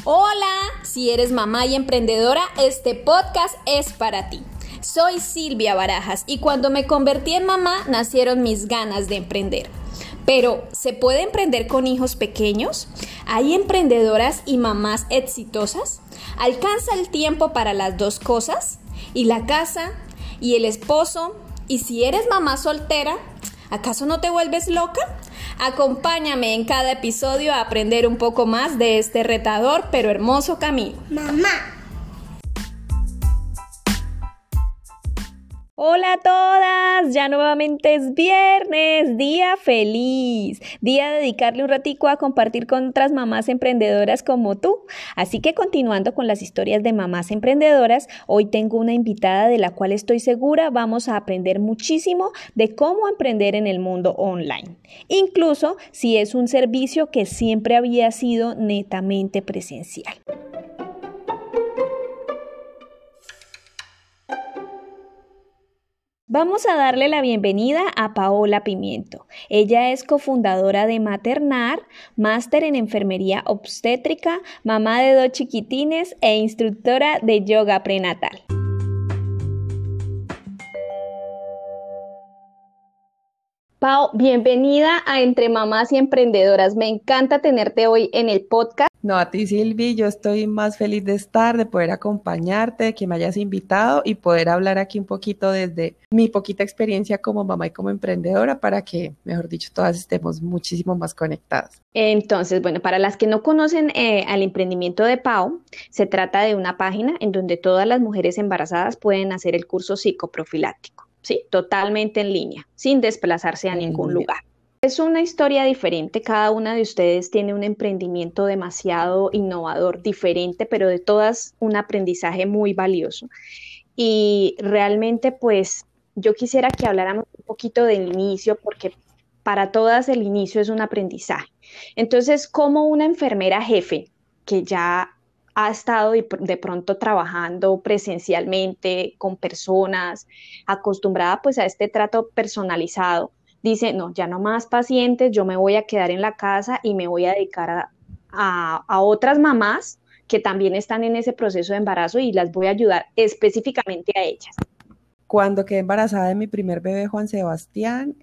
Hola, si eres mamá y emprendedora, este podcast es para ti. Soy Silvia Barajas y cuando me convertí en mamá nacieron mis ganas de emprender. Pero, ¿se puede emprender con hijos pequeños? ¿Hay emprendedoras y mamás exitosas? ¿Alcanza el tiempo para las dos cosas? ¿Y la casa? ¿Y el esposo? ¿Y si eres mamá soltera? ¿Acaso no te vuelves loca? Acompáñame en cada episodio a aprender un poco más de este retador pero hermoso camino. Mamá. Hola a todas, ya nuevamente es viernes, día feliz, día de dedicarle un ratico a compartir con otras mamás emprendedoras como tú. Así que continuando con las historias de mamás emprendedoras, hoy tengo una invitada de la cual estoy segura vamos a aprender muchísimo de cómo emprender en el mundo online, incluso si es un servicio que siempre había sido netamente presencial. Vamos a darle la bienvenida a Paola Pimiento. Ella es cofundadora de Maternar, máster en enfermería obstétrica, mamá de 2 chiquitines e instructora de yoga prenatal. Pao, bienvenida a Entre Mamás y Emprendedoras. Me encanta tenerte hoy en el podcast. No, a ti, Silvi, yo estoy más feliz de estar, de poder acompañarte, de que me hayas invitado y poder hablar aquí un poquito desde mi poquita experiencia como mamá y como emprendedora para que, mejor dicho, todas estemos muchísimo más conectadas. Entonces, bueno, para las que no conocen al emprendimiento de Pao, se trata de una página en donde todas las mujeres embarazadas pueden hacer el curso psicoprofiláctico, ¿sí? Totalmente en línea, sin desplazarse a ningún lugar. Es una historia diferente, cada una de ustedes tiene un emprendimiento demasiado innovador, diferente, pero de todas un aprendizaje muy valioso. Y realmente, pues, yo quisiera que habláramos un poquito del inicio, porque para todas el inicio es un aprendizaje. Entonces, como una enfermera jefe que ya ha estado de pronto trabajando presencialmente con personas, acostumbrada pues a este trato personalizado, dice, no, ya no más pacientes, yo me voy a quedar en la casa y me voy a dedicar a otras mamás que también están en ese proceso de embarazo y las voy a ayudar específicamente a ellas. Cuando quedé embarazada de mi primer bebé, Juan Sebastián,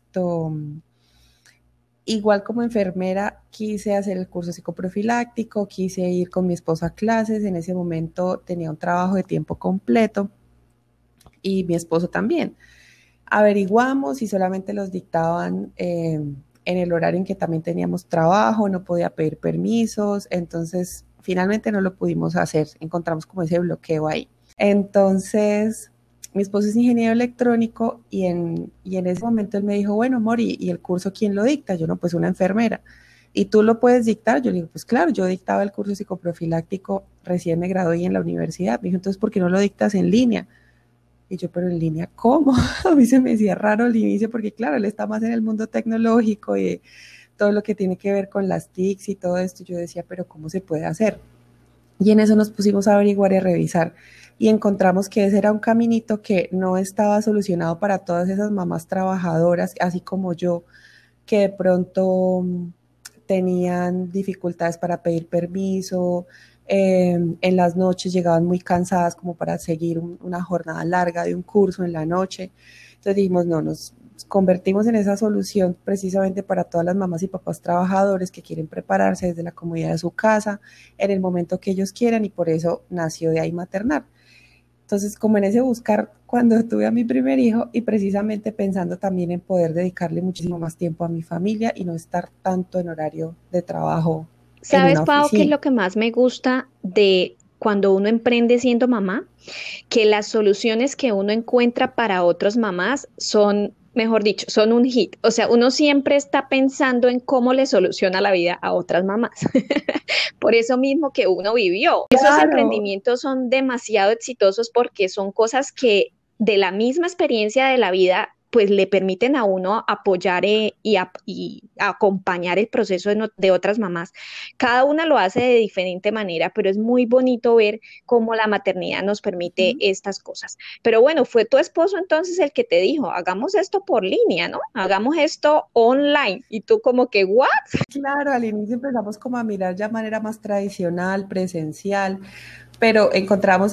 igual como enfermera, quise hacer el curso psicoprofiláctico, quise ir con mi esposo a clases. En ese momento tenía un trabajo de tiempo completo y mi esposo también. Averiguamos y solamente los dictaban en el horario en que también teníamos trabajo, no podía pedir permisos, entonces finalmente no lo pudimos hacer, encontramos como ese bloqueo ahí. Entonces mi esposo es ingeniero electrónico y en ese momento él me dijo, bueno, amor, ¿y el curso quién lo dicta? Yo no, pues una enfermera. ¿Y tú lo puedes dictar? Yo le digo, pues claro, yo dictaba el curso psicoprofiláctico, recién me gradué en la universidad. Me dijo, entonces, ¿por qué no lo dictas en línea? Y yo, pero en línea, ¿cómo? A mí se me decía raro al inicio porque, claro, él está más en el mundo tecnológico y todo lo que tiene que ver con las TICs y todo esto. Yo decía, pero ¿cómo se puede hacer? Y en eso nos pusimos a averiguar y a revisar. Y encontramos que ese era un caminito que no estaba solucionado para todas esas mamás trabajadoras, así como yo, que de pronto tenían dificultades para pedir permiso, en las noches llegaban muy cansadas como para seguir una jornada larga de un curso en la noche. Entonces dijimos, no, nos convertimos en esa solución precisamente para todas las mamás y papás trabajadores que quieren prepararse desde la comodidad de su casa en el momento que ellos quieran, y por eso nació de ahí Maternar. Entonces, como en ese buscar cuando tuve a mi primer hijo y precisamente pensando también en poder dedicarle muchísimo más tiempo a mi familia y no estar tanto en horario de trabajo. ¿Sabes, Pau, qué es lo que más me gusta de cuando uno emprende siendo mamá? Que las soluciones que uno encuentra para otras mamás son, mejor dicho, son un hit. O sea, uno siempre está pensando en cómo le soluciona la vida a otras mamás. Por eso mismo que uno vivió. Claro. Esos emprendimientos son demasiado exitosos porque son cosas que de la misma experiencia de la vida pues le permiten a uno apoyar y acompañar el proceso de otras mamás. Cada una lo hace de diferente manera, pero es muy bonito ver cómo la maternidad nos permite Ujú. estas cosas. Pero bueno, fue tu esposo entonces el que te dijo, hagamos esto por línea, ¿no? Hagamos esto online. Y tú como que, ¿what? Claro, al inicio empezamos como a mirar ya de manera más tradicional, presencial, pero encontramos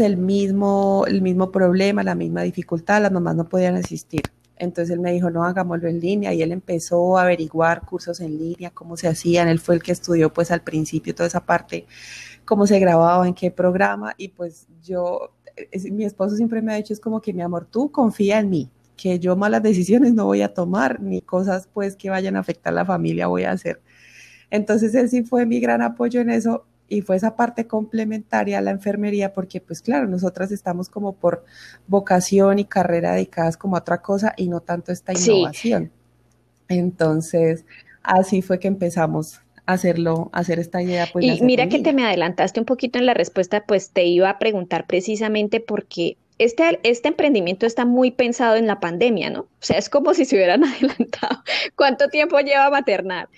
el mismo problema, la misma dificultad, las mamás no podían asistir. Entonces él me dijo, no, hagámoslo en línea, y él empezó a averiguar cursos en línea, cómo se hacían. Él fue el que estudió pues al principio toda esa parte, cómo se grababa, en qué programa, y pues mi esposo siempre me ha dicho, es como que mi amor, tú confía en mí, que yo malas decisiones no voy a tomar, ni cosas pues que vayan a afectar a la familia voy a hacer. Entonces él sí fue mi gran apoyo en eso, y fue esa parte complementaria a la enfermería, porque pues claro, nosotras estamos como por vocación y carrera dedicadas como a otra cosa y no tanto esta Sí, innovación. Entonces, así fue que empezamos a hacerlo, a hacer esta idea pues de y hacerlo mira en que te línea. me adelantaste un poquito en la respuesta, pues te iba a preguntar precisamente porque este emprendimiento está muy pensado en la pandemia, ¿no? O sea, es como si se hubieran adelantado. ¿Cuánto tiempo lleva maternar?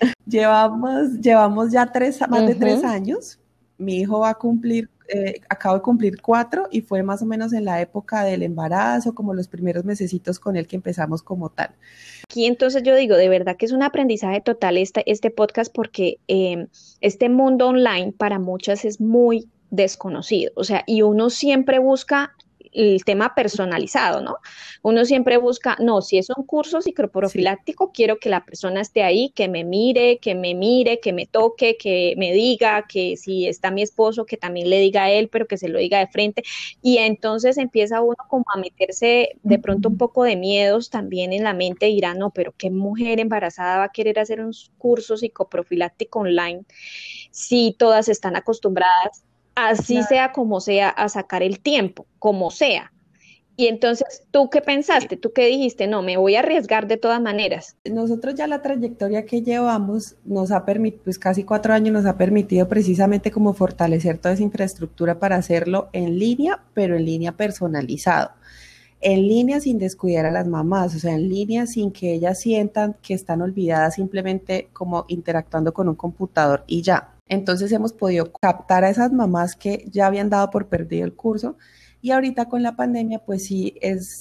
Llevamos ya más de tres Ujú. años. Mi hijo va a cumplir, acabo de cumplir 4, y fue más o menos en la época del embarazo, como los primeros mesecitos con él que empezamos como tal. Aquí entonces yo digo, de verdad que es un aprendizaje total este podcast porque este mundo online para muchas es muy desconocido, o sea, y uno siempre busca el tema personalizado, ¿no? Uno siempre busca, no, si es un curso Sí. psicoprofiláctico, quiero que la persona esté ahí, que me mire, que me toque, que me diga, que si está mi esposo, que también le diga a él, pero que se lo diga de frente. Y entonces empieza uno como a meterse de pronto un Ujú. poco de miedos también en la mente y dirá, no, pero ¿qué mujer embarazada va a querer hacer un curso psicoprofiláctico online si todas están acostumbradas, así Claro, sea como sea, a sacar el tiempo, como sea? Y entonces, ¿tú qué sí. pensaste? ¿Tú qué dijiste? No, me voy a arriesgar de todas maneras. Nosotros ya la trayectoria que llevamos nos ha permitido, pues casi 4 años nos ha permitido precisamente como fortalecer toda esa infraestructura para hacerlo en línea, pero en línea personalizado. En línea sin descuidar a las mamás, o sea, en línea sin que ellas sientan que están olvidadas, simplemente como interactuando con un computador y ya. Entonces hemos podido captar a esas mamás que ya habían dado por perdido el curso, y ahorita con la pandemia pues sí es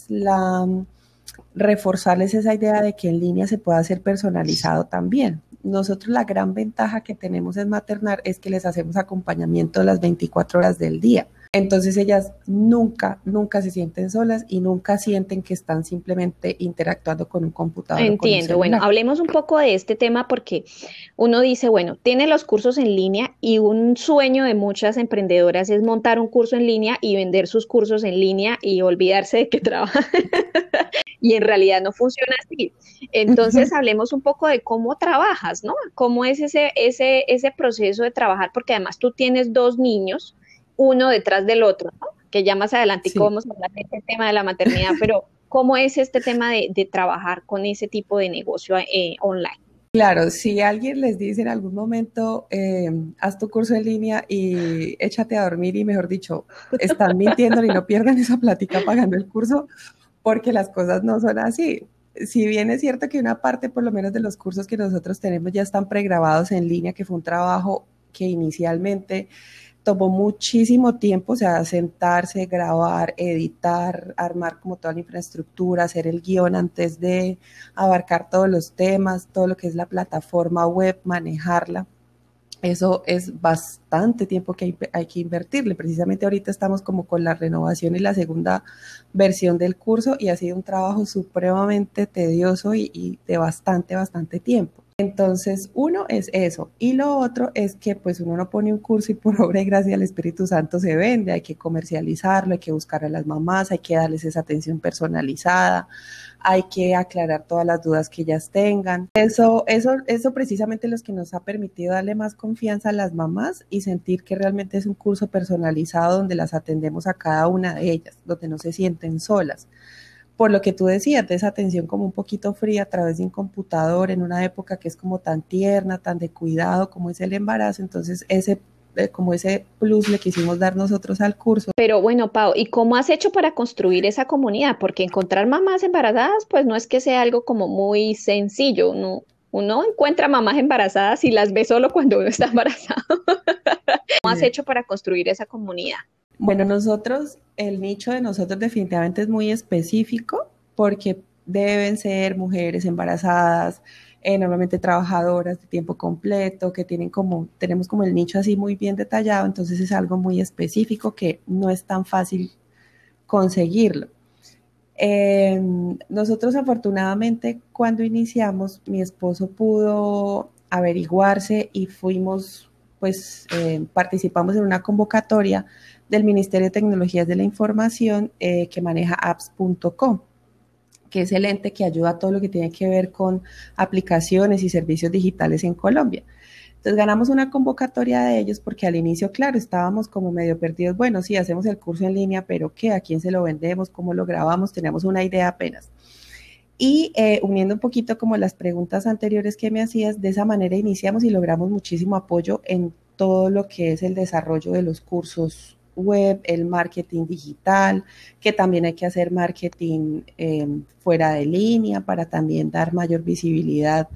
reforzarles esa idea de que en línea se puede hacer personalizado también. Nosotros la gran ventaja que tenemos en Maternar es que les hacemos acompañamiento las 24 horas del día. Entonces ellas nunca, nunca se sienten solas y nunca sienten que están simplemente interactuando con un computador o con un Entiendo. Bueno, celular. hablemos un poco de este tema porque uno dice, bueno, tiene los cursos en línea y un sueño de muchas emprendedoras es montar un curso en línea y vender sus cursos en línea y olvidarse de que trabajan. Y en realidad no funciona así. Entonces, hablemos un poco de cómo trabajas, ¿no? ¿Cómo es ese proceso de trabajar? Porque además tú tienes dos niños, uno detrás del otro, ¿no? Que ya más adelante Sí, vamos a hablar de este tema de la maternidad, pero ¿cómo es este tema de trabajar con ese tipo de negocio online? claro, si alguien les dice en algún momento, haz tu curso en línea y échate a dormir, y mejor dicho, están mintiendo y no pierdan esa plática pagando el curso, porque las cosas no son así. Si bien es cierto que una parte, por lo menos de los cursos que nosotros tenemos, ya están pregrabados en línea, que fue un trabajo que inicialmente tomó muchísimo tiempo, o sea, sentarse, grabar, editar, armar como toda la infraestructura, hacer el guión antes de abarcar todos los temas, todo lo que es la plataforma web, manejarla. Eso es bastante tiempo que hay que invertirle. Precisamente ahorita estamos como con la renovación y la segunda versión del curso, y ha sido un trabajo supremamente tedioso y de bastante, bastante tiempo. Entonces, uno es eso. Y lo otro es que pues uno no pone un curso y por obra y gracia del Espíritu Santo se vende. Hay que comercializarlo, hay que buscar a las mamás, hay que darles esa atención personalizada, hay que aclarar todas las dudas que ellas tengan. Eso precisamente es lo que nos ha permitido darle más confianza a las mamás y sentir que realmente es un curso personalizado donde las atendemos a cada una de ellas, donde no se sienten solas. Por lo que tú decías, de esa atención como un poquito fría a través de un computador en una época que es como tan tierna, tan de cuidado como es el embarazo. Entonces como ese plus le quisimos dar nosotros al curso. Pero bueno, Pau, ¿y cómo has hecho para construir esa comunidad? Porque encontrar mamás embarazadas, pues no es que sea algo como muy sencillo, ¿no? Uno encuentra mamás embarazadas y las ve solo cuando uno está embarazado. ¿Cómo has hecho para construir esa comunidad? Bueno, nosotros, el nicho de nosotros definitivamente es muy específico porque deben ser mujeres embarazadas, normalmente trabajadoras de tiempo completo, que tenemos como el nicho así muy bien detallado, entonces es algo muy específico que no es tan fácil conseguirlo. Eh, Nosotros afortunadamente cuando iniciamos, mi esposo pudo averiguarse y participamos en una convocatoria del Ministerio de Tecnologías de la Información que maneja apps.com, que es el ente que ayuda a todo lo que tiene que ver con aplicaciones y servicios digitales en Colombia. Entonces ganamos una convocatoria de ellos porque al inicio, claro, estábamos como medio perdidos. Bueno, sí, hacemos el curso en línea, pero ¿qué? ¿A quién se lo vendemos? ¿Cómo lo grabamos? Teníamos una idea apenas. Y uniendo un poquito como las preguntas anteriores que me hacías, de esa manera iniciamos y logramos muchísimo apoyo en todo lo que es el desarrollo de los cursos web, el marketing digital, que también hay que hacer marketing fuera de línea para también dar mayor visibilidad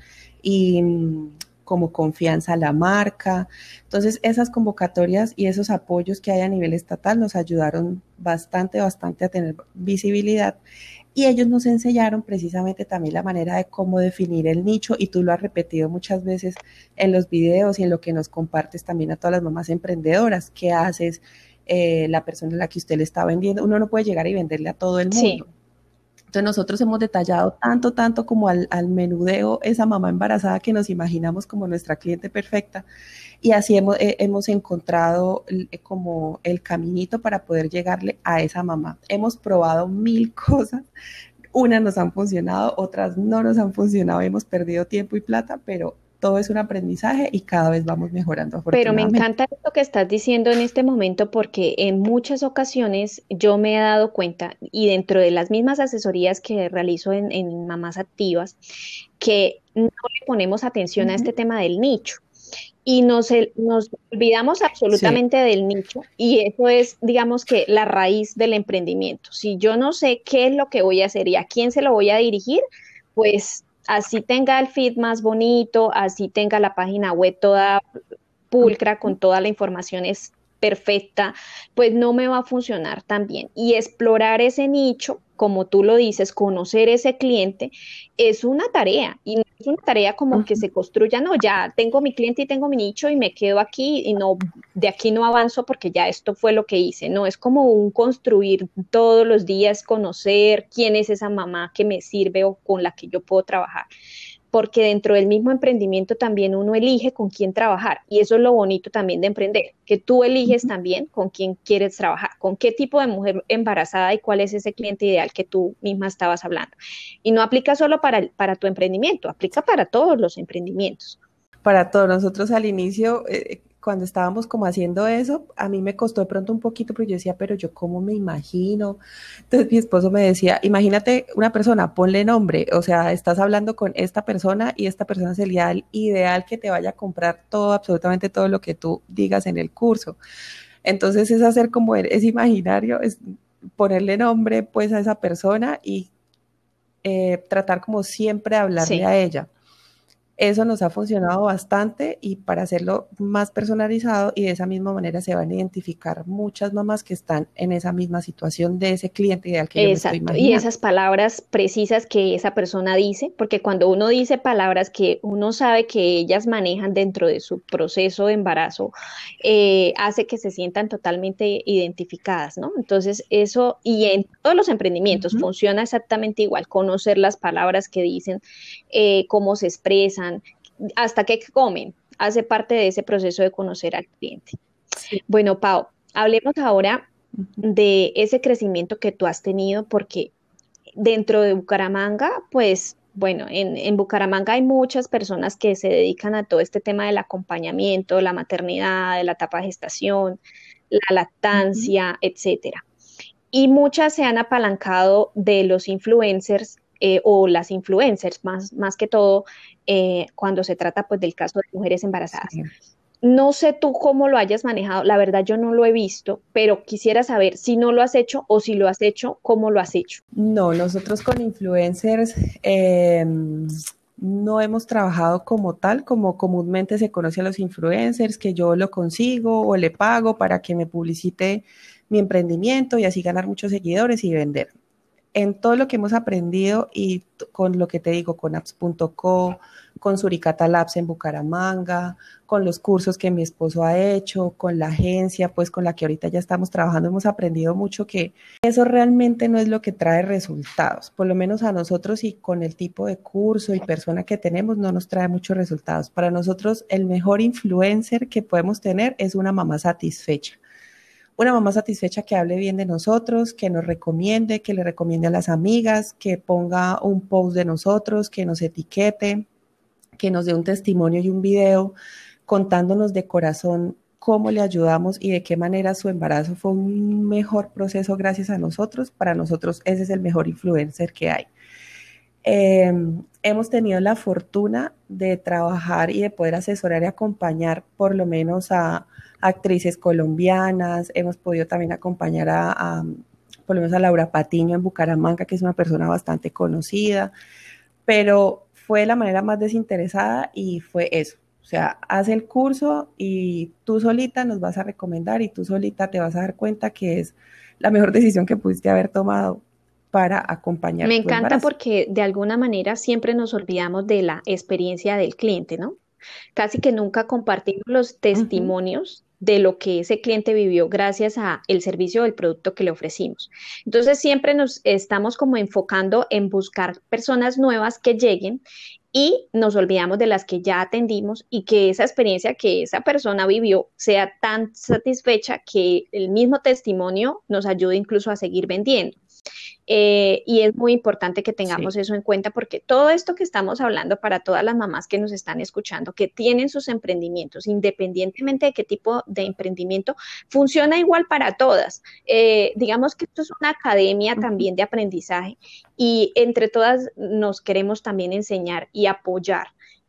y como confianza a la marca. Entonces, esas convocatorias y esos apoyos que hay a nivel estatal nos ayudaron bastante a tener visibilidad. Y ellos nos enseñaron precisamente también la manera de cómo definir el nicho, y tú lo has repetido muchas veces en los videos y en lo que nos compartes también a todas las mamás emprendedoras. ¿Qué haces? La persona a la que usted le está vendiendo, uno no puede llegar y venderle a todo el Sí. mundo. Entonces nosotros hemos detallado tanto como al menudeo esa mamá embarazada que nos imaginamos como nuestra cliente perfecta, y así hemos encontrado como el caminito para poder llegarle a esa mamá. Hemos probado 1000 cosas, unas nos han funcionado, otras no nos han funcionado, hemos perdido tiempo y plata, pero todo es un aprendizaje y cada vez vamos mejorando Pero me afortunadamente. encanta lo que estás diciendo en este momento porque en muchas ocasiones yo me he dado cuenta y dentro de las mismas asesorías que realizo en Mamás Activas, que no le ponemos atención a este Ujú. tema del nicho y nos olvidamos Sí. absolutamente del nicho y eso es, digamos que, la raíz del emprendimiento. Si yo no sé qué es lo que voy a hacer y a quién se lo voy a dirigir, pues así tenga el feed más bonito, así tenga la página web toda pulcra, con toda la información es perfecta, pues no me va a funcionar tan bien. Y explorar ese nicho, como tú lo dices, conocer ese cliente, es una tarea. Y no es una tarea como que Ujú. se construya, no, ya tengo mi cliente y tengo mi nicho y me quedo aquí y no, de aquí no avanzo porque ya esto fue lo que hice. No, es como un construir todos los días, conocer quién es esa mamá que me sirve o con la que yo puedo trabajar, porque dentro del mismo emprendimiento también uno elige con quién trabajar y eso es lo bonito también de emprender, que tú eliges también con quién quieres trabajar, con qué tipo de mujer embarazada y cuál es ese cliente ideal que tú misma estabas hablando. Y no aplica solo para tu emprendimiento, aplica para todos los emprendimientos. Para todos nosotros al inicio, cuando estábamos como haciendo eso, a mí me costó de pronto un poquito, porque yo decía, pero yo cómo me imagino. Entonces mi esposo me decía, imagínate una persona, ponle nombre, o sea, estás hablando con esta persona y esta persona es el ideal que te vaya a comprar todo, absolutamente todo lo que tú digas en el curso. Entonces es hacer como es imaginario, es ponerle nombre pues a esa persona y tratar como siempre de hablarle Sí. a ella. Eso nos ha funcionado bastante, y para hacerlo más personalizado y de esa misma manera se van a identificar muchas mamás que están en esa misma situación de ese cliente ideal que yo me estoy Exacto, y imaginando. esas palabras precisas que esa persona dice, porque cuando uno dice palabras que uno sabe que ellas manejan dentro de su proceso de embarazo, hace que se sientan totalmente identificadas, ¿no? Entonces, eso, y en todos los emprendimientos Ujú. funciona exactamente igual, conocer las palabras que dicen, cómo se expresan, hasta qué comen, hace parte de ese proceso de conocer al cliente. Sí. Bueno, Pau, hablemos ahora Ujú. de ese crecimiento que tú has tenido, porque dentro de Bucaramanga, pues bueno, en Bucaramanga hay muchas personas que se dedican a todo este tema del acompañamiento, la maternidad, de la etapa de gestación, la Ujú. lactancia, etcétera. Y muchas se han apalancado de los influencers o las influencers, más que todo, cuando se trata pues del caso de mujeres embarazadas. Sí. No sé tú cómo lo hayas manejado, la verdad yo no lo he visto, pero quisiera saber si no lo has hecho o si lo has hecho, cómo lo has hecho. No, nosotros con influencers no hemos trabajado como tal, como comúnmente se conoce a los influencers, que yo lo consigo o le pago para que me publicite mi emprendimiento y así ganar muchos seguidores y vender. En todo lo que hemos aprendido y con lo que te digo, con apps.co, con Suricata Labs en Bucaramanga, con los cursos que mi esposo ha hecho, con la agencia, pues con la que ahorita ya estamos trabajando, hemos aprendido mucho que eso realmente no es lo que trae resultados. Por lo menos a nosotros y con el tipo de curso y persona que tenemos no nos trae muchos resultados. Para nosotros el mejor influencer que podemos tener es una mamá satisfecha que hable bien de nosotros, que nos recomiende, que le recomiende a las amigas, que ponga un post de nosotros, que nos etiquete, que nos dé un testimonio y un video contándonos de corazón cómo le ayudamos y de qué manera su embarazo fue un mejor proceso gracias a nosotros. Para nosotros ese es el mejor influencer que hay. Eh, Hemos tenido la fortuna de trabajar y de poder asesorar y acompañar por lo menos a actrices colombianas, hemos podido también acompañar por lo menos a Laura Patiño en Bucaramanga, que es una persona bastante conocida, pero fue de la manera más desinteresada y fue eso. O sea, haz el curso y tú solita nos vas a recomendar y tú solita te vas a dar cuenta que es la mejor decisión que pudiste haber tomado para acompañar Me tu encanta embarazo. porque de alguna manera siempre nos olvidamos de la experiencia del cliente, ¿no? Casi que nunca compartimos los Uh -huh. testimonios de lo que ese cliente vivió gracias a el servicio o el producto que le ofrecimos. Entonces siempre nos estamos como enfocando en buscar personas nuevas que lleguen y nos olvidamos de las que ya atendimos y que esa experiencia que esa persona vivió sea tan satisfecha que el mismo testimonio nos ayude incluso a seguir vendiendo. Y es muy importante que tengamos Sí. eso en cuenta porque todo esto que estamos hablando para todas las mamás que nos están escuchando, que tienen sus emprendimientos, independientemente de qué tipo de emprendimiento, funciona igual para todas. Digamos que esto es una academia Uh -huh. también de aprendizaje y entre todas nos queremos también enseñar y apoyar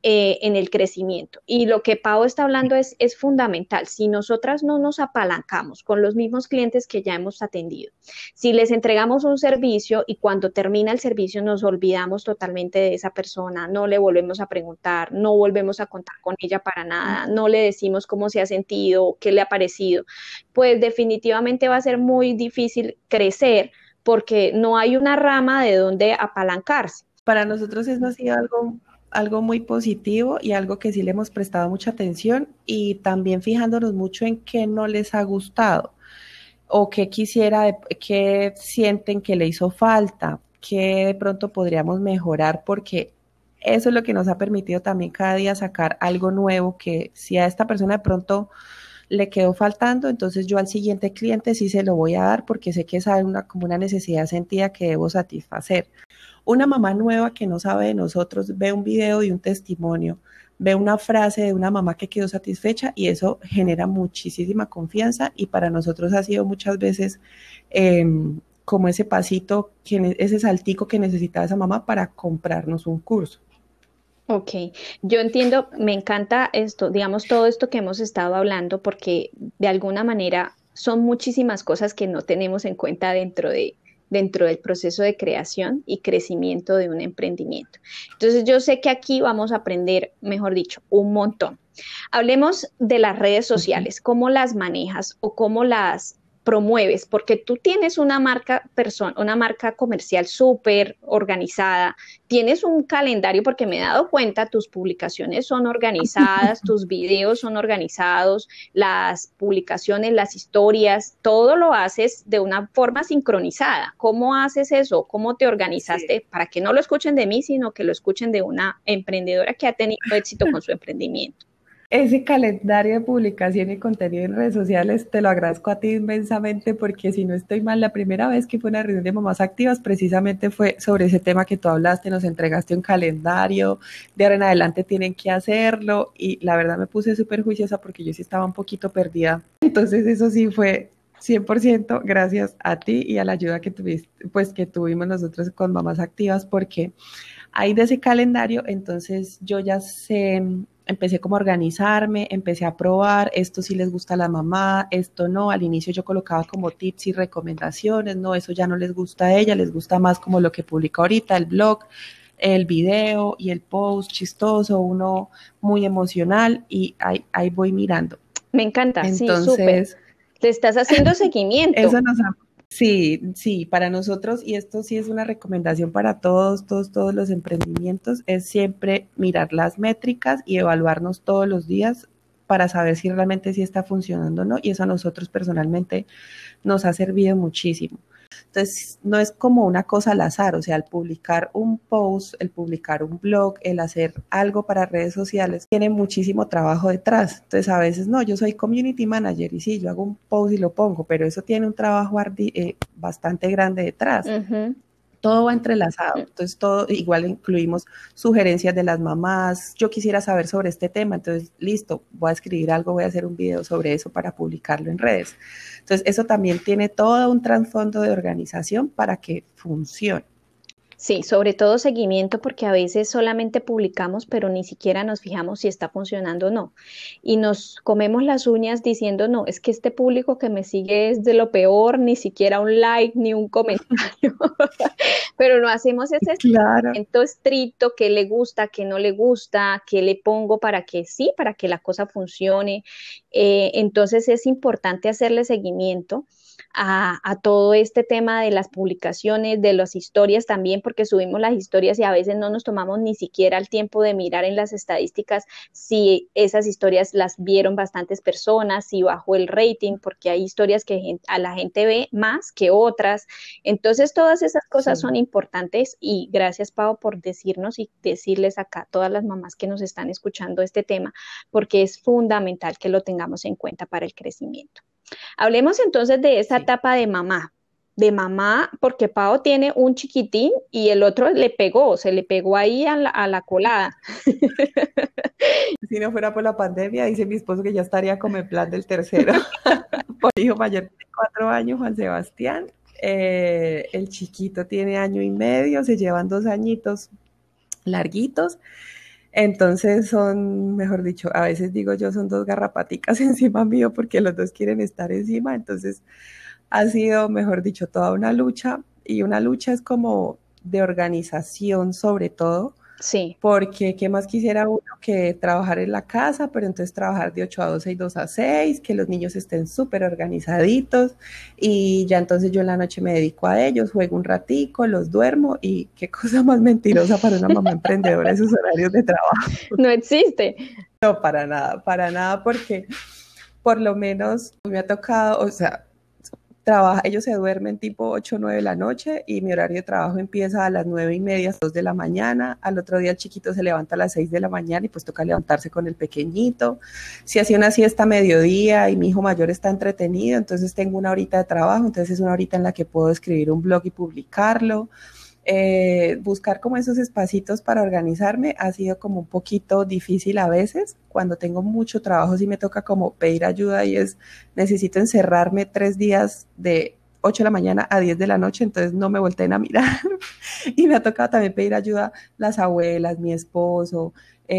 en el crecimiento. Y lo que Pau está hablando es fundamental. Si nosotras no nos apalancamos con los mismos clientes que ya hemos atendido, si les entregamos un servicio y cuando termina el servicio nos olvidamos totalmente de esa persona, no le volvemos a preguntar, no volvemos a contar con ella para Uh nada, -huh. no le decimos cómo se ha sentido, qué le ha parecido, pues definitivamente va a ser muy difícil crecer porque no hay una rama de donde apalancarse. Para nosotros eso ha sido algo muy positivo y algo que sí le hemos prestado mucha atención y también fijándonos mucho en qué no les ha gustado o qué quisiera, qué sienten que le hizo falta, qué de pronto podríamos mejorar, porque eso es lo que nos ha permitido también cada día sacar algo nuevo que si a esta persona de pronto le quedó faltando, entonces yo al siguiente cliente sí se lo voy a dar porque sé que es como una necesidad sentida que debo satisfacer. Una mamá nueva que no sabe de nosotros ve un video y un testimonio, ve una frase de una mamá que quedó satisfecha y eso genera muchísima confianza y para nosotros ha sido muchas veces eh, como ese pasito, ese saltico que necesitaba esa mamá para comprarnos un curso. Ok, yo entiendo, me encanta esto, digamos, todo esto que hemos estado hablando, porque de alguna manera son muchísimas cosas que no tenemos en cuenta dentro del proceso de creación y crecimiento de un emprendimiento. Entonces, yo sé que aquí vamos a aprender, mejor dicho, un montón. Hablemos de las redes Uh -huh. sociales, cómo las manejas o cómo las promueves, porque tú tienes una marca una marca comercial súper organizada, tienes un calendario, porque me he dado cuenta, tus publicaciones son organizadas, tus videos son organizados, las publicaciones, las historias, todo lo haces de una forma sincronizada. ¿Cómo haces eso? ¿Cómo te Sí. organizaste para que no lo escuchen de mí, sino que lo escuchen de una emprendedora que ha tenido éxito con su emprendimiento? Ese calendario de publicación y contenido en redes sociales te lo agradezco a ti inmensamente porque si no estoy mal, la primera vez que fue una reunión de mamás activas precisamente fue sobre ese tema que tú hablaste, nos entregaste un calendario, de ahora en adelante tienen que hacerlo y la verdad me puse súper juiciosa porque yo sí estaba un poquito perdida. Entonces eso sí fue 100% gracias a ti y a la ayuda que tuviste, pues que tuvimos nosotros con mamás activas porque hay de ese calendario, entonces yo ya sé empecé como a organizarme, empecé a probar, esto sí les gusta a la mamá, esto no, al inicio yo colocaba como tips y recomendaciones, no, eso ya no les gusta a ella, les gusta más como lo que publica ahorita, el blog, el video y el post chistoso, uno muy emocional y ahí voy mirando. Me encanta, sí, súper. Entonces, Le estás haciendo seguimiento. eso nos ha... Sí, sí, para nosotros, y esto sí es una recomendación para todos los emprendimientos, es siempre mirar las métricas y evaluarnos todos los días para saber si realmente sí está funcionando o no, y eso a nosotros personalmente nos ha servido muchísimo. Entonces, no es como una cosa al azar, o sea, el publicar un post, el publicar un blog, el hacer algo para redes sociales, tiene muchísimo trabajo detrás. Entonces, a veces no, yo soy community manager y sí, yo hago un post y lo pongo, pero eso tiene un trabajo bastante grande detrás. Ujú. Todo va entrelazado, entonces todo, igual incluimos sugerencias de las mamás, yo quisiera saber sobre este tema, entonces listo, voy a escribir algo, voy a hacer un video sobre eso para publicarlo en redes. Entonces eso también tiene todo un trasfondo de organización para que funcione. Sí, sobre todo seguimiento, porque a veces solamente publicamos, pero ni siquiera nos fijamos si está funcionando o no. Y nos comemos las uñas diciendo, no, es que este público que me sigue es de lo peor, ni siquiera un like, ni un comentario. Pero no hacemos ese Claro. seguimiento estricto, qué le gusta, qué no le gusta, qué le pongo para que sí, para que la cosa funcione. Entonces es importante hacerle seguimiento a todo este tema de las publicaciones, de las historias también, porque subimos las historias y a veces no nos tomamos ni siquiera el tiempo de mirar en las estadísticas si esas historias las vieron bastantes personas, si bajó el rating, porque hay historias que a la gente ve más que otras. Entonces, todas esas cosas Sí. son importantes y gracias, Pau, por decirnos y decirles acá a todas las mamás que nos están escuchando este tema, porque es fundamental que lo tengamos en cuenta para el crecimiento. Hablemos entonces de esa Sí. etapa de mamá, porque Pau tiene un chiquitín y el otro le pegó, se le pegó ahí a la colada. Si no fuera por la pandemia, dice mi esposo que ya estaría como en plan del tercero. Por hijo mayor de 4 años, Juan Sebastián. El chiquito tiene 1 año y medio, se llevan 2 añitos larguitos. Entonces son, mejor dicho, a veces digo yo, son dos garrapaticas encima mío porque los dos quieren estar encima. Entonces ha sido, mejor dicho, toda una lucha, y una lucha es como de organización sobre todo, Sí, porque qué más quisiera uno que trabajar en la casa, pero entonces trabajar de 8 a 12 y 2 a 6, que los niños estén súper organizaditos, y ya entonces yo en la noche me dedico a ellos, juego un ratico, los duermo, y qué cosa más mentirosa para una mamá emprendedora esos horarios de trabajo. no existe. No, para nada, porque por lo menos me ha tocado, o sea, ellos se duermen tipo 8 o 9 de la noche y mi horario de trabajo empieza a las 9:30, 2 de la mañana. Al otro día el chiquito se levanta a las 6 de la mañana y pues toca levantarse con el pequeñito. Si hacía una siesta a mediodía y mi hijo mayor está entretenido, entonces tengo una horita de trabajo, entonces es una horita en la que puedo escribir un blog y publicarlo. Buscar como esos espacitos para organizarme ha sido como un poquito difícil a veces. Cuando tengo mucho trabajo sí me toca como pedir ayuda, y necesito encerrarme 3 días de 8 de la mañana a 10 de la noche, entonces no me volteen a mirar. Y me ha tocado también pedir ayuda las abuelas, mi esposo,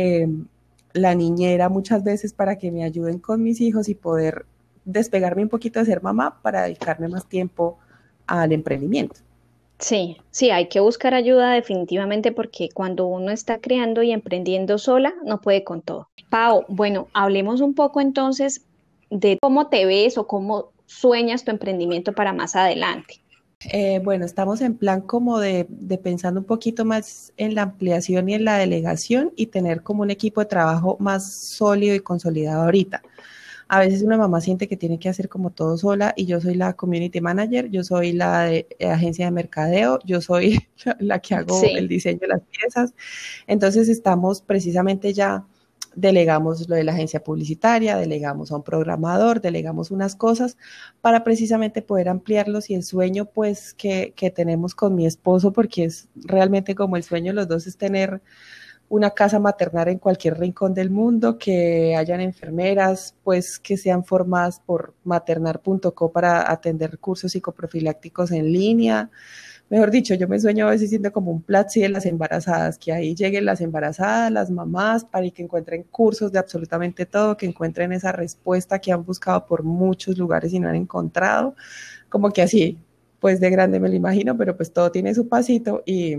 la niñera muchas veces, para que me ayuden con mis hijos y poder despegarme un poquito de ser mamá para dedicarme más tiempo al emprendimiento. Sí, sí, hay que buscar ayuda definitivamente porque cuando uno está creando y emprendiendo sola, no puede con todo. Pau, bueno, hablemos un poco entonces de cómo te ves o cómo sueñas tu emprendimiento para más adelante. Bueno, estamos en plan como de pensando un poquito más en la ampliación y en la delegación, y tener como un equipo de trabajo más sólido y consolidado ahorita. A veces una mamá siente que tiene que hacer como todo sola, y yo soy la community manager, yo soy la de agencia de mercadeo, yo soy la que hago el Sí, diseño de las piezas. Entonces estamos precisamente ya, delegamos lo de la agencia publicitaria, delegamos a un programador, delegamos unas cosas para precisamente poder ampliarlos, y el sueño pues que tenemos con mi esposo, porque es realmente como el sueño de los dos, es tener una casa maternal en cualquier rincón del mundo, que hayan enfermeras pues que sean formadas por maternar.co para atender cursos psicoprofilácticos en línea. mejor dicho, yo me sueño a veces siendo como un Platzi de las embarazadas, que ahí lleguen las embarazadas, las mamás, para que encuentren cursos de absolutamente todo, que encuentren esa respuesta que han buscado por muchos lugares y no han encontrado, como que así, pues de grande me lo imagino, pero pues todo tiene su pasito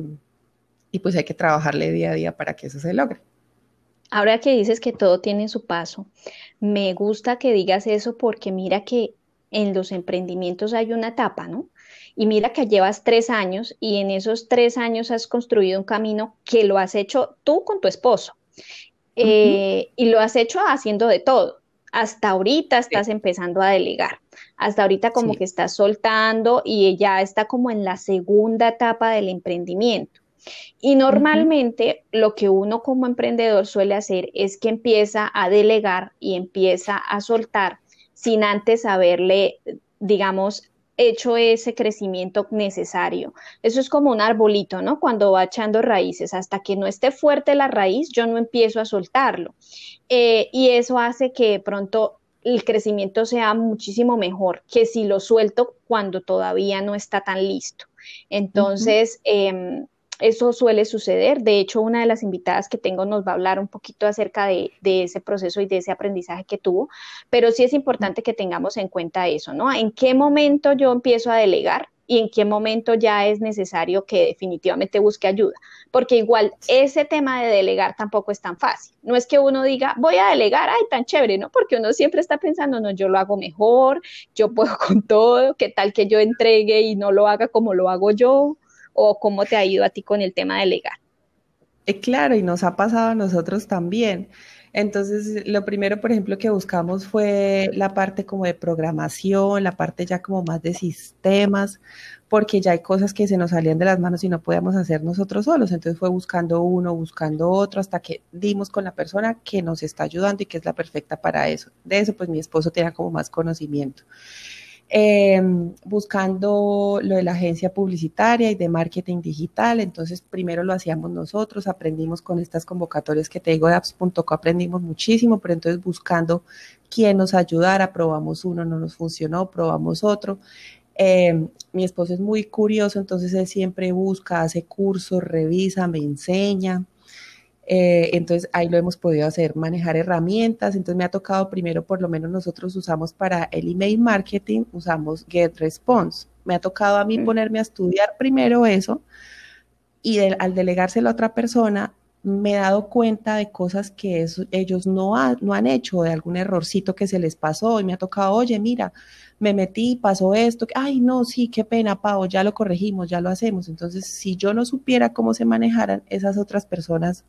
y pues hay que trabajarle día a día para que eso se logre. Ahora que dices que todo tiene su paso, me gusta que digas eso porque mira que en los emprendimientos hay una etapa, ¿no? Y mira que llevas 3 años y en esos 3 años has construido un camino que lo has hecho tú con tu esposo. Uh -huh. Y lo has hecho haciendo de todo. Hasta ahorita Sí, estás empezando a delegar. Hasta ahorita como sí. que estás soltando y ya está como en la segunda etapa del emprendimiento. Y Uh -huh. normalmente lo que uno como emprendedor suele hacer es que empieza a delegar y empieza a soltar sin antes haberle, digamos, hecho ese crecimiento necesario. Eso es como un arbolito, ¿no? Cuando va echando raíces, hasta que no esté fuerte la raíz, yo no empiezo a soltarlo. Y eso hace que de pronto el crecimiento sea muchísimo mejor que si lo suelto cuando todavía no está tan listo. Uh -huh. Entonces, eso suele suceder. De hecho, una de las invitadas que tengo nos va a hablar un poquito acerca de ese proceso y de ese aprendizaje que tuvo, pero sí es importante que tengamos en cuenta eso, ¿no? ¿En qué momento yo empiezo a delegar y en qué momento ya es necesario que definitivamente busque ayuda? Porque igual ese tema de delegar tampoco es tan fácil. No es que uno diga, voy a delegar, ay, tan chévere, ¿no? Porque uno siempre está pensando, no, yo lo hago mejor, yo puedo con todo, qué tal que yo entregue y no lo haga como lo hago yo, o cómo te ha ido a ti con el tema de delegar. Claro, y nos ha pasado a nosotros también. Entonces, lo primero, por ejemplo, que buscamos fue la parte como de programación, la parte ya como más de sistemas, porque ya hay cosas que se nos salían de las manos y no podíamos hacer nosotros solos. Entonces fue buscando uno, buscando otro, hasta que dimos con la persona que nos está ayudando y que es la perfecta para eso. De eso, pues mi esposo tenía como más conocimiento. Buscando lo de la agencia publicitaria y de marketing digital. Entonces, primero lo hacíamos nosotros, aprendimos con estas convocatorias que te digo de apps.co, aprendimos muchísimo, pero entonces buscando quién nos ayudara, probamos uno, no nos funcionó, probamos otro. Mi esposo es muy curioso, entonces él siempre busca, hace cursos, revisa, me enseña. Entonces ahí lo hemos podido hacer, manejar herramientas. Entonces me ha tocado primero, por lo menos nosotros usamos para el email marketing, usamos GetResponse. Me ha tocado a mí ponerme a estudiar primero eso y al delegárselo a otra persona, me he dado cuenta de cosas que ellos no han hecho, de algún errorcito que se les pasó y me ha tocado, oye, mira, me metí, pasó esto, ay, no, sí, qué pena, Pau, ya lo corregimos, ya lo hacemos. Entonces, si yo no supiera cómo se manejaran, esas otras personas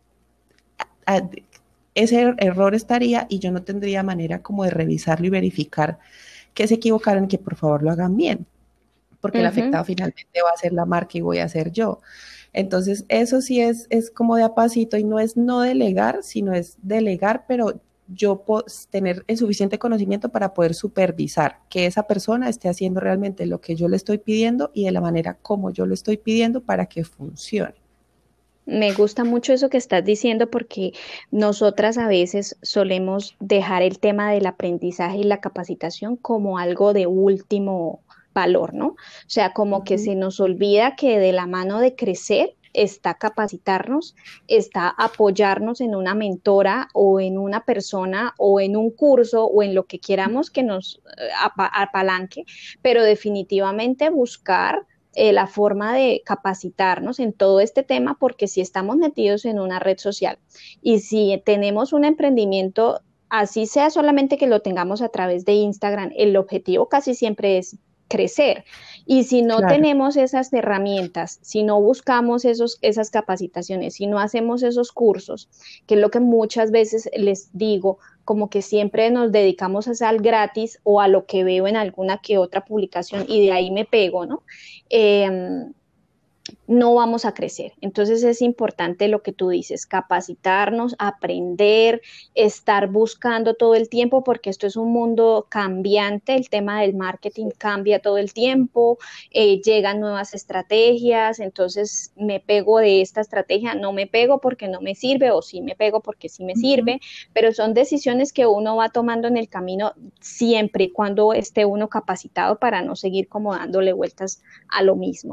ese error estaría y yo no tendría manera como de revisarlo y verificar que se equivocaron y que por favor lo hagan bien, porque el Ujú. afectado finalmente va a ser la marca y voy a ser yo. Entonces, eso sí es como de a pasito y no es no delegar, sino es delegar, pero yo puedo tener el suficiente conocimiento para poder supervisar que esa persona esté haciendo realmente lo que yo le estoy pidiendo y de la manera como yo lo estoy pidiendo para que funcione. Me gusta mucho eso que estás diciendo porque nosotras a veces solemos dejar el tema del aprendizaje y la capacitación como algo de último valor, ¿no? O sea, como que Ujú, se nos olvida que de la mano de crecer está capacitarnos, está apoyarnos en una mentora o en una persona o en un curso o en lo que queramos que nos apalanque, pero definitivamente buscar la forma de capacitarnos en todo este tema, porque si estamos metidos en una red social y si tenemos un emprendimiento, así sea solamente que lo tengamos a través de Instagram, el objetivo casi siempre es crecer. Y si no claro. tenemos esas herramientas, si no buscamos esas capacitaciones, si no hacemos esos cursos, que es lo que muchas veces les digo, como que siempre nos dedicamos a al gratis o a lo que veo en alguna que otra publicación y de ahí me pego, ¿no? Eh, no vamos a crecer. Entonces es importante lo que tú dices, capacitarnos, aprender, estar buscando todo el tiempo, porque esto es un mundo cambiante, el tema del marketing cambia todo el tiempo, llegan nuevas estrategias, entonces me pego de esta estrategia, no me pego porque no me sirve o sí me pego porque sí me Ujú. sirve, pero son decisiones que uno va tomando en el camino siempre y cuando esté uno capacitado para no seguir como dándole vueltas a lo mismo, ¿no?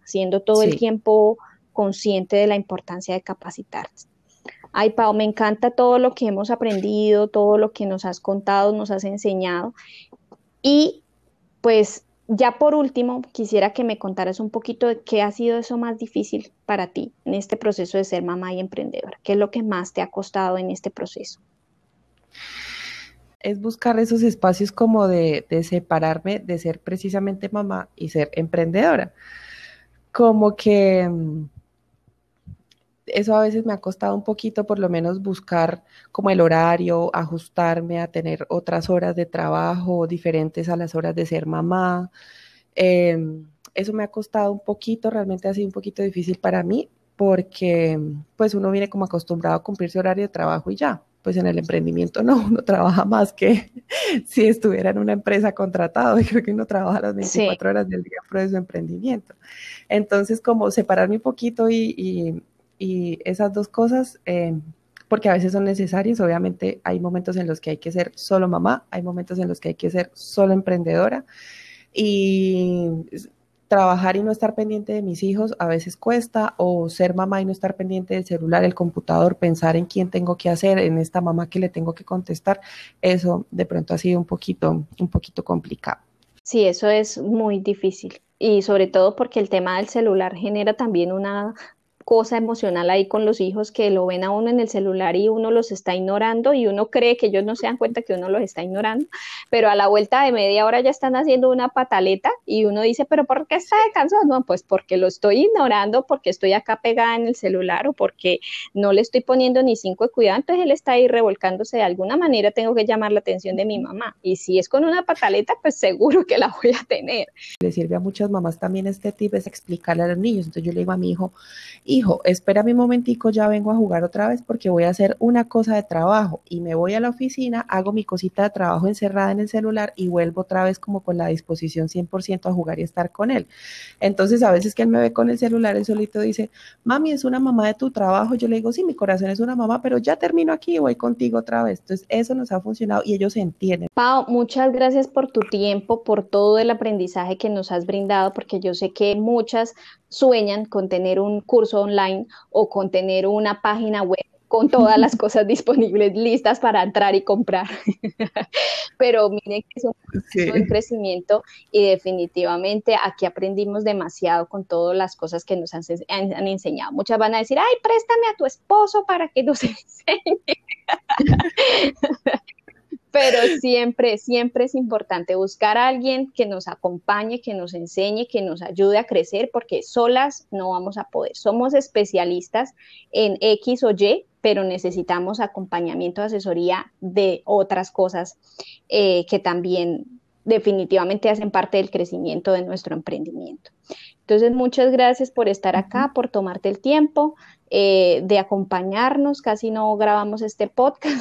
siendo todo el Sí. tiempo consciente de la importancia de capacitarse. Ay, Pau, me encanta todo lo que hemos aprendido, todo lo que nos has contado, nos has enseñado. Y pues ya por último, quisiera que me contaras un poquito de qué ha sido eso más difícil para ti en este proceso de ser mamá y emprendedora. ¿Qué es lo que más te ha costado en este proceso? Es buscar esos espacios como de separarme de ser precisamente mamá y ser emprendedora. Como que eso a veces me ha costado un poquito, por lo menos buscar como el horario, ajustarme a tener otras horas de trabajo diferentes a las horas de ser mamá. Eh, Eso me ha costado un poquito, realmente ha sido un poquito difícil para mí porque pues uno viene como acostumbrado a cumplir su horario de trabajo y ya. Pues en el emprendimiento no, uno trabaja más que si estuviera en una empresa contratado. Y creo que uno trabaja las Sí, 24 horas del día por de su emprendimiento. Entonces, como separarme un poquito y esas dos cosas, porque a veces son necesarias. Obviamente hay momentos en los que hay que ser solo mamá, hay momentos en los que hay que ser solo emprendedora y trabajar y no estar pendiente de mis hijos a veces cuesta, o ser mamá y no estar pendiente del celular, el computador, pensar en quién tengo que hacer, en esta mamá que le tengo que contestar, eso de pronto ha sido un poquito complicado. sí, eso es muy difícil. Y sobre todo porque el tema del celular genera también una cosa emocional ahí con los hijos que lo ven a uno en el celular y uno los está ignorando y uno cree que ellos no se dan cuenta que uno los está ignorando, pero a la vuelta de media hora ya están haciendo una pataleta y uno dice, pero ¿por qué está de cansado? No, pues porque lo estoy ignorando, porque estoy acá pegada en el celular o porque no le estoy poniendo ni cinco de cuidado, entonces él está ahí revolcándose de alguna manera, tengo que llamar la atención de mi mamá. Y si es con una pataleta, pues seguro que la voy a tener. Le sirve a muchas mamás también este tip, es explicarle a los niños. Entonces yo le digo a mi hijo, espérame un momentico, ya vengo a jugar otra vez porque voy a hacer una cosa de trabajo y me voy a la oficina, hago mi cosita de trabajo encerrada en el celular y vuelvo otra vez como con la disposición 100% a jugar y estar con él. Entonces a veces que él me ve con el celular, él solito dice, mami, es una mamá de tu trabajo. Yo le digo, sí, mi corazón es una mamá, pero ya termino aquí y voy contigo otra vez. Entonces eso nos ha funcionado y ellos se entienden. Pau, muchas gracias por tu tiempo, por todo el aprendizaje que nos has brindado, porque yo sé que muchas sueñan con tener un curso online o con tener una página web con todas las cosas disponibles listas para entrar y comprar. Pero miren que es un proceso de Sí. crecimiento y definitivamente aquí aprendimos demasiado con todas las cosas que nos han enseñado. Muchas van a decir, ay, préstame a tu esposo para que nos enseñe. Pero siempre, siempre es importante buscar a alguien que nos acompañe, que nos enseñe, que nos ayude a crecer, porque solas no vamos a poder. Somos especialistas en X o Y, pero necesitamos acompañamiento, asesoría de otras cosas que también definitivamente hacen parte del crecimiento de nuestro emprendimiento. Entonces, muchas gracias por estar acá, por tomarte el tiempo de acompañarnos. Casi no grabamos este podcast.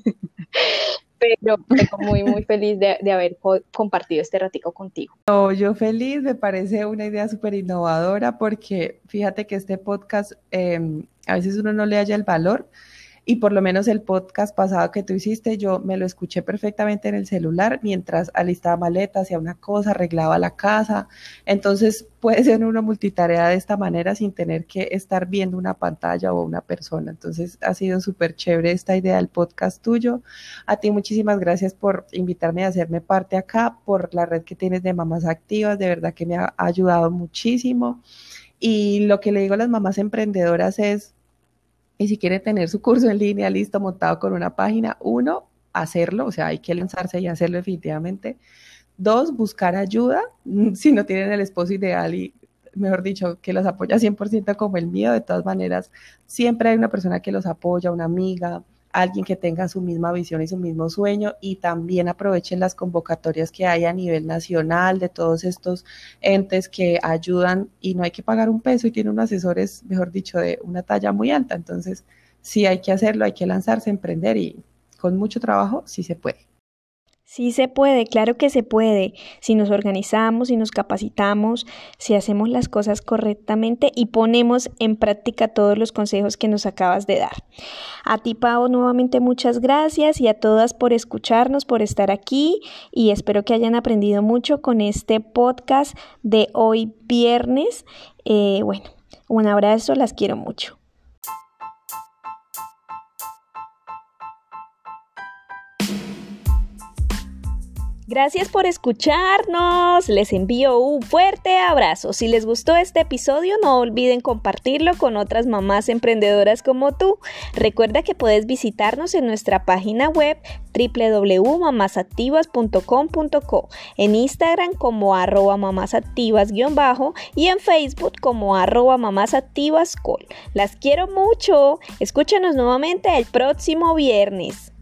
Pero muy, muy feliz de haber compartido este ratico contigo. No, yo feliz, me parece una idea súper innovadora porque fíjate que este podcast a veces uno no le halla el valor. Y por lo menos el podcast pasado que tú hiciste, yo me lo escuché perfectamente en el celular mientras alistaba maletas, hacía una cosa, arreglaba la casa. Entonces puede ser una multitarea de esta manera sin tener que estar viendo una pantalla o una persona. Entonces ha sido súper chévere esta idea del podcast tuyo. A ti muchísimas gracias por invitarme a hacerme parte acá, por la red que tienes de mamás activas. De verdad que me ha ayudado muchísimo. Y lo que le digo a las mamás emprendedoras es, y si quiere tener su curso en línea listo, montado con una página, uno, hacerlo, o sea, hay que lanzarse y hacerlo definitivamente. Dos, buscar ayuda, si no tienen el esposo ideal y, mejor dicho, que los apoya 100% como el mío, de todas maneras, siempre hay una persona que los apoya, una amiga, alguien que tenga su misma visión y su mismo sueño, y también aprovechen las convocatorias que hay a nivel nacional de todos estos entes que ayudan y no hay que pagar un peso y tienen unos asesores, mejor dicho, de una talla muy alta. Entonces, sí hay que hacerlo, hay que lanzarse, emprender y con mucho trabajo sí se puede. Sí se puede, claro que se puede, si nos organizamos, si nos capacitamos, si hacemos las cosas correctamente y ponemos en práctica todos los consejos que nos acabas de dar. A ti, Pau, nuevamente muchas gracias y a todas por escucharnos, por estar aquí y espero que hayan aprendido mucho con este podcast de hoy viernes. Bueno, un abrazo, las quiero mucho. Gracias por escucharnos, les envío un fuerte abrazo. Si les gustó este episodio, no olviden compartirlo con otras mamás emprendedoras como tú. Recuerda que puedes visitarnos en nuestra página web www.mamasactivas.com.co, en Instagram como @mamasactivas_ y en Facebook como @mamasactivascol. Las quiero mucho. Escúchanos nuevamente el próximo viernes.